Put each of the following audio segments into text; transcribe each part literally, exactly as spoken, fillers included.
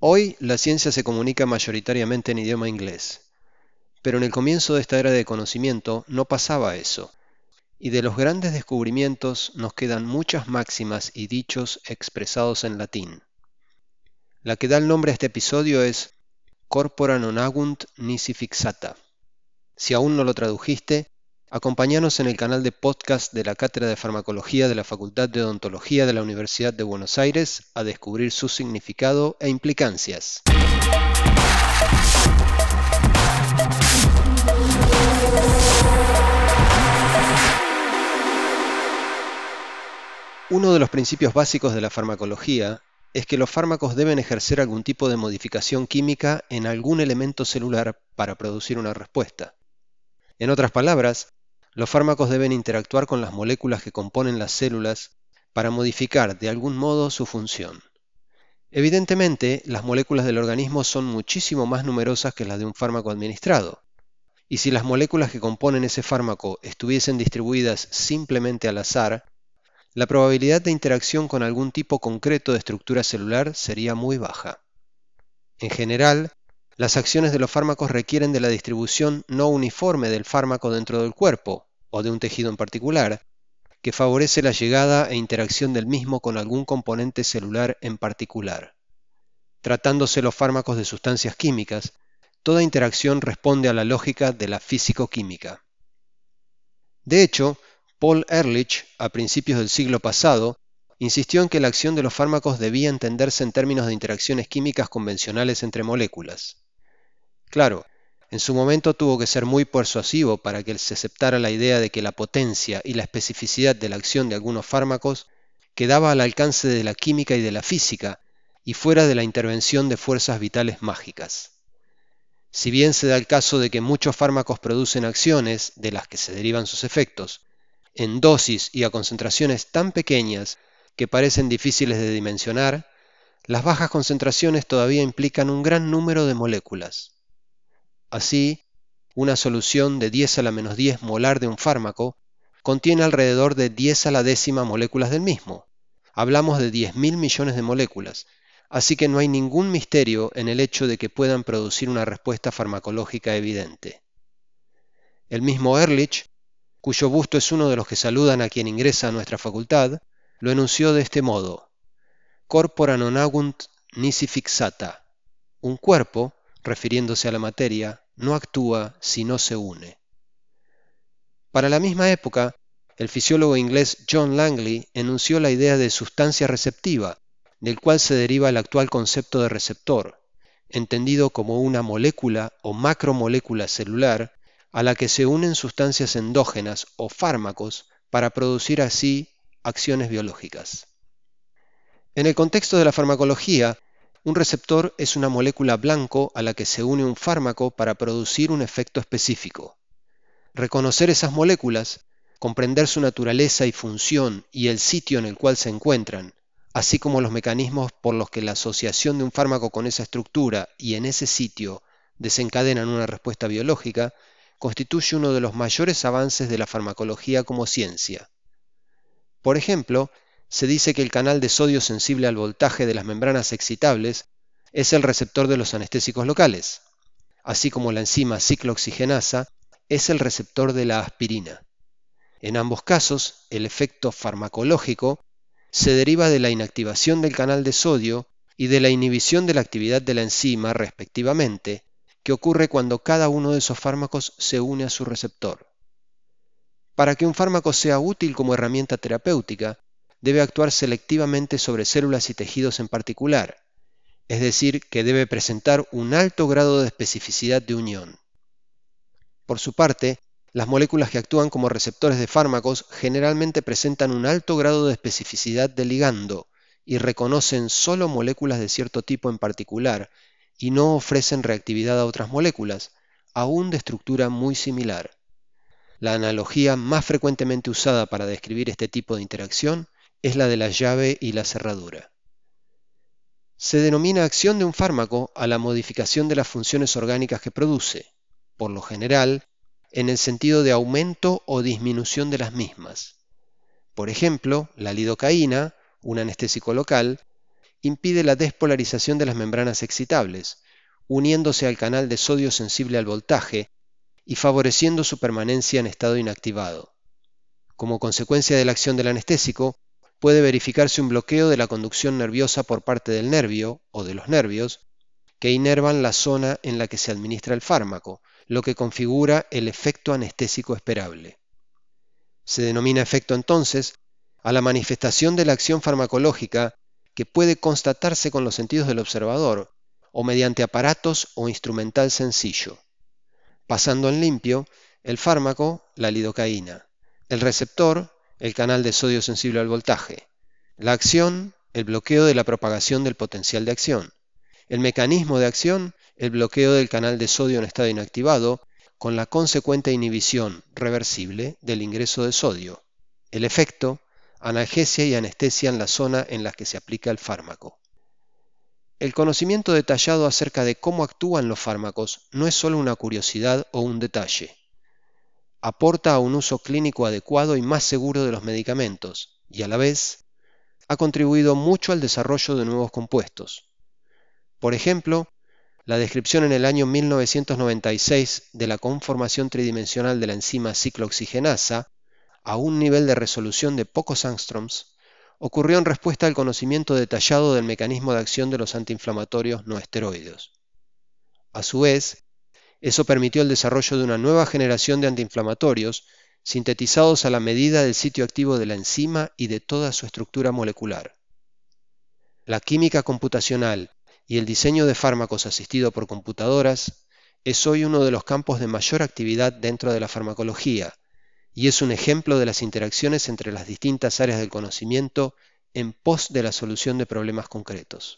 Hoy la ciencia se comunica mayoritariamente en idioma inglés, pero en el comienzo de esta era de conocimiento no pasaba eso, y de los grandes descubrimientos nos quedan muchas máximas y dichos expresados en latín. La que da el nombre a este episodio es Corpora non agunt nisi fixata. Si aún no lo tradujiste, acompáñanos en el canal de podcast de la Cátedra de Farmacología de la Facultad de Odontología de la Universidad de Buenos Aires a descubrir su significado e implicancias. Uno de los principios básicos de la farmacología es que los fármacos deben ejercer algún tipo de modificación química en algún elemento celular para producir una respuesta. En otras palabras, los fármacos deben interactuar con las moléculas que componen las células para modificar de algún modo su función. Evidentemente, las moléculas del organismo son muchísimo más numerosas que las de un fármaco administrado, y si las moléculas que componen ese fármaco estuviesen distribuidas simplemente al azar, la probabilidad de interacción con algún tipo concreto de estructura celular sería muy baja. En general, las acciones de los fármacos requieren de la distribución no uniforme del fármaco dentro del cuerpo, o de un tejido en particular, que favorece la llegada e interacción del mismo con algún componente celular en particular. Tratándose los fármacos de sustancias químicas, toda interacción responde a la lógica de la físico-química. De hecho, Paul Ehrlich, a principios del siglo pasado, insistió en que la acción de los fármacos debía entenderse en términos de interacciones químicas convencionales entre moléculas. Claro, en su momento tuvo que ser muy persuasivo para que se aceptara la idea de que la potencia y la especificidad de la acción de algunos fármacos quedaba al alcance de la química y de la física y fuera de la intervención de fuerzas vitales mágicas. Si bien se da el caso de que muchos fármacos producen acciones, de las que se derivan sus efectos, en dosis y a concentraciones tan pequeñas que parecen difíciles de dimensionar, las bajas concentraciones todavía implican un gran número de moléculas. Así, una solución de diez a la menos diez molar de un fármaco contiene alrededor de diez a la décima moléculas del mismo. Hablamos de diez mil millones de moléculas, así que no hay ningún misterio en el hecho de que puedan producir una respuesta farmacológica evidente. El mismo Ehrlich, cuyo busto es uno de los que saludan a quien ingresa a nuestra facultad, lo enunció de este modo: Corpora non agunt nisi fixata. Un cuerpo, refiriéndose a la materia, no actúa si no se une. Para la misma época, el fisiólogo inglés John Langley enunció la idea de sustancia receptiva, del cual se deriva el actual concepto de receptor, entendido como una molécula o macromolécula celular a la que se unen sustancias endógenas o fármacos para producir así acciones biológicas. En el contexto de la farmacología, un receptor es una molécula blanco a la que se une un fármaco para producir un efecto específico. Reconocer esas moléculas, comprender su naturaleza y función y el sitio en el cual se encuentran, así como los mecanismos por los que la asociación de un fármaco con esa estructura y en ese sitio desencadenan una respuesta biológica, constituye uno de los mayores avances de la farmacología como ciencia. Por ejemplo, se dice que el canal de sodio sensible al voltaje de las membranas excitables es el receptor de los anestésicos locales, así como la enzima ciclooxigenasa es el receptor de la aspirina. En ambos casos, el efecto farmacológico se deriva de la inactivación del canal de sodio y de la inhibición de la actividad de la enzima, respectivamente, que ocurre cuando cada uno de esos fármacos se une a su receptor. Para que un fármaco sea útil como herramienta terapéutica, debe actuar selectivamente sobre células y tejidos en particular, es decir, que debe presentar un alto grado de especificidad de unión. Por su parte, las moléculas que actúan como receptores de fármacos generalmente presentan un alto grado de especificidad de ligando y reconocen solo moléculas de cierto tipo en particular y no ofrecen reactividad a otras moléculas, aún de estructura muy similar. La analogía más frecuentemente usada para describir este tipo de interacción es la de la llave y la cerradura. Se denomina acción de un fármaco a la modificación de las funciones orgánicas que produce, por lo general, en el sentido de aumento o disminución de las mismas. Por ejemplo, la lidocaína, un anestésico local, impide la despolarización de las membranas excitables, uniéndose al canal de sodio sensible al voltaje y favoreciendo su permanencia en estado inactivado. Como consecuencia de la acción del anestésico, puede verificarse un bloqueo de la conducción nerviosa por parte del nervio o de los nervios que inervan la zona en la que se administra el fármaco, lo que configura el efecto anestésico esperable. Se denomina efecto entonces a la manifestación de la acción farmacológica que puede constatarse con los sentidos del observador o mediante aparatos o instrumental sencillo. Pasando en limpio, el fármaco, la lidocaína, el receptor, el canal de sodio sensible al voltaje, la acción, el bloqueo de la propagación del potencial de acción, el mecanismo de acción, el bloqueo del canal de sodio en estado inactivado, con la consecuente inhibición reversible del ingreso de sodio, el efecto, analgesia y anestesia en la zona en la que se aplica el fármaco. El conocimiento detallado acerca de cómo actúan los fármacos no es solo una curiosidad o un detalle. Aporta a un uso clínico adecuado y más seguro de los medicamentos y, a la vez, ha contribuido mucho al desarrollo de nuevos compuestos. Por ejemplo, la descripción en el año mil novecientos noventa y seis de la conformación tridimensional de la enzima ciclooxigenasa a un nivel de resolución de pocos angstroms ocurrió en respuesta al conocimiento detallado del mecanismo de acción de los antiinflamatorios no esteroideos. A su vez, eso permitió el desarrollo de una nueva generación de antiinflamatorios sintetizados a la medida del sitio activo de la enzima y de toda su estructura molecular. La química computacional y el diseño de fármacos asistido por computadoras es hoy uno de los campos de mayor actividad dentro de la farmacología y es un ejemplo de las interacciones entre las distintas áreas del conocimiento en pos de la solución de problemas concretos.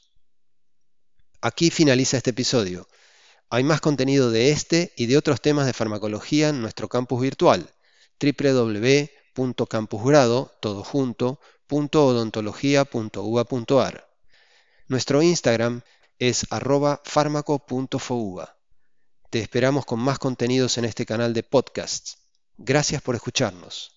Aquí finaliza este episodio. Hay más contenido de este y de otros temas de farmacología en nuestro campus virtual, doble u doble u doble u punto campusgrado todo junto, punto odontología punto u b a punto a r. Nuestro Instagram es arroba farmaco punto fouba. Te esperamos con más contenidos en este canal de podcasts. Gracias por escucharnos.